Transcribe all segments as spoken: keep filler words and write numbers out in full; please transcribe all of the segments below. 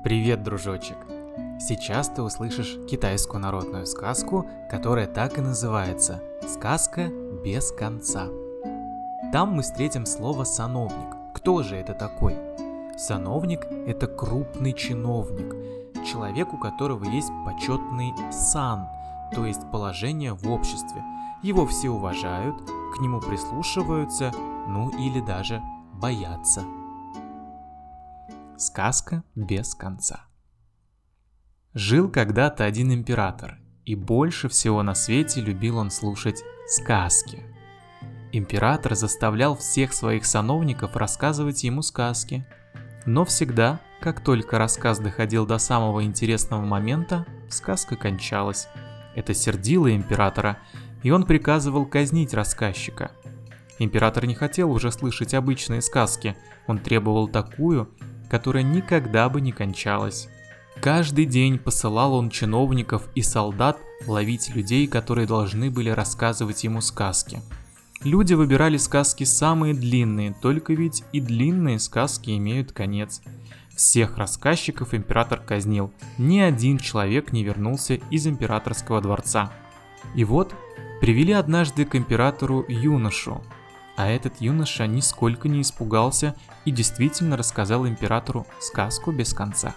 Привет, дружочек! Сейчас ты услышишь китайскую народную сказку, которая так и называется «Сказка без конца». Там мы встретим слово «сановник». Кто же это такой? Сановник – это крупный чиновник, человек, у которого есть почетный сан, то есть положение в обществе. Его все уважают, к нему прислушиваются, ну или даже боятся. Сказка без конца. Жил когда-то один император, и больше всего на свете любил он слушать сказки. Император заставлял всех своих сановников рассказывать ему сказки, но всегда, как только рассказ доходил до самого интересного момента, сказка кончалась. Это сердило императора, и он приказывал казнить рассказчика. Император не хотел уже слышать обычные сказки, он требовал такую, которая никогда бы не кончалась. Каждый день посылал он чиновников и солдат ловить людей, которые должны были рассказывать ему сказки. Люди выбирали сказки самые длинные, только ведь и длинные сказки имеют конец. Всех рассказчиков император казнил, ни один человек не вернулся из императорского дворца. И вот привели однажды к императору юношу. А этот юноша нисколько не испугался и действительно рассказал императору сказку без конца.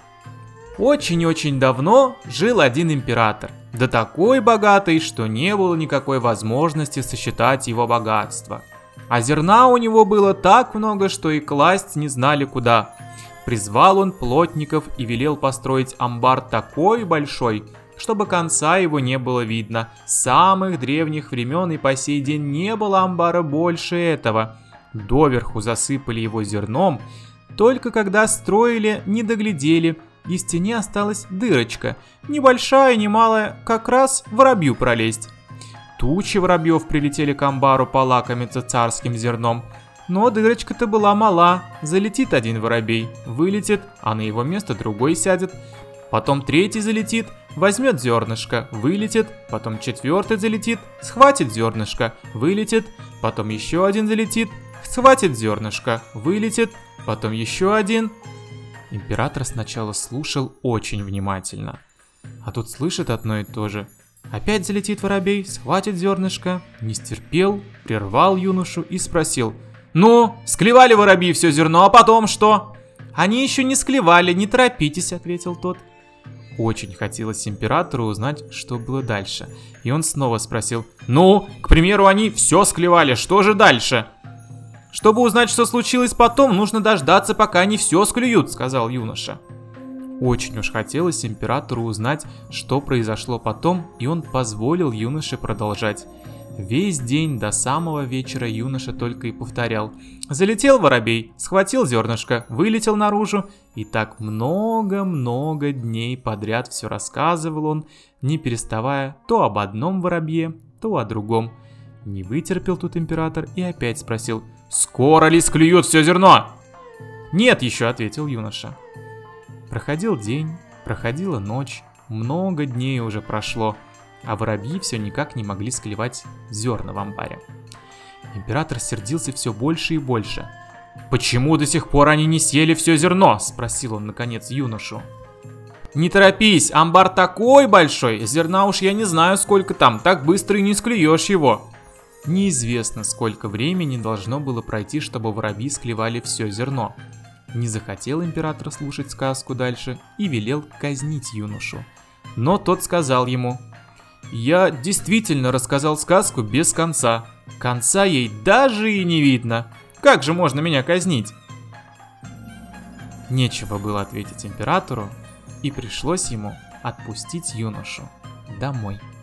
Очень-очень давно жил один император, да такой богатый, что не было никакой возможности сосчитать его богатство. А зерна у него было так много, что и класть не знали куда. Призвал он плотников и велел построить амбар такой большой, чтобы конца его не было видно. С самых древних времен и по сей день не было амбара больше этого. Доверху засыпали его зерном, только когда строили, не доглядели, и в стене осталась дырочка, небольшая, немалая, как раз воробью пролезть. Тучи воробьев прилетели к амбару полакомиться царским зерном, но дырочка-то была мала, залетит один воробей, вылетит, а на его место другой сядет. Потом третий залетит, возьмет зернышко, вылетит, потом четвертый залетит, схватит зернышко, вылетит, потом еще один залетит, схватит зернышко, вылетит, потом еще один. Император сначала слушал очень внимательно, а тут слышит одно и то же. Опять залетит воробей, схватит зернышко, не стерпел, прервал юношу и спросил: «Ну, склевали воробьи все зерно, а потом что?» «Они еще не склевали, не торопитесь», — ответил тот. Очень хотелось императору узнать, что было дальше, и он снова спросил: «Ну, к примеру, они все склевали, что же дальше?» «Чтобы узнать, что случилось потом, нужно дождаться, пока они все склюют», — сказал юноша. Очень уж хотелось императору узнать, что произошло потом, и он позволил юноше продолжать. Весь день до самого вечера юноша только и повторял: «Залетел воробей, схватил зернышко, вылетел наружу». И так много-много дней подряд все рассказывал он, не переставая то об одном воробье, то о другом. Не вытерпел тут император и опять спросил: «Скоро ли склюют все зерно?» «Нет еще», — ответил юноша. Проходил день, проходила ночь, много дней уже прошло, а воробьи все никак не могли склевать зерна в амбаре. Император сердился все больше и больше. «Почему до сих пор они не съели все зерно?» — спросил он наконец юношу. «Не торопись, амбар такой большой, зерна уж я не знаю сколько там, так быстро и не склюешь его». Неизвестно, сколько времени должно было пройти, чтобы воробьи склевали все зерно. Не захотел император слушать сказку дальше и велел казнить юношу. Но тот сказал ему: «Я действительно рассказал сказку без конца. Конца ей даже и не видно. Как же можно меня казнить?» Нечего было ответить императору, и пришлось ему отпустить юношу домой.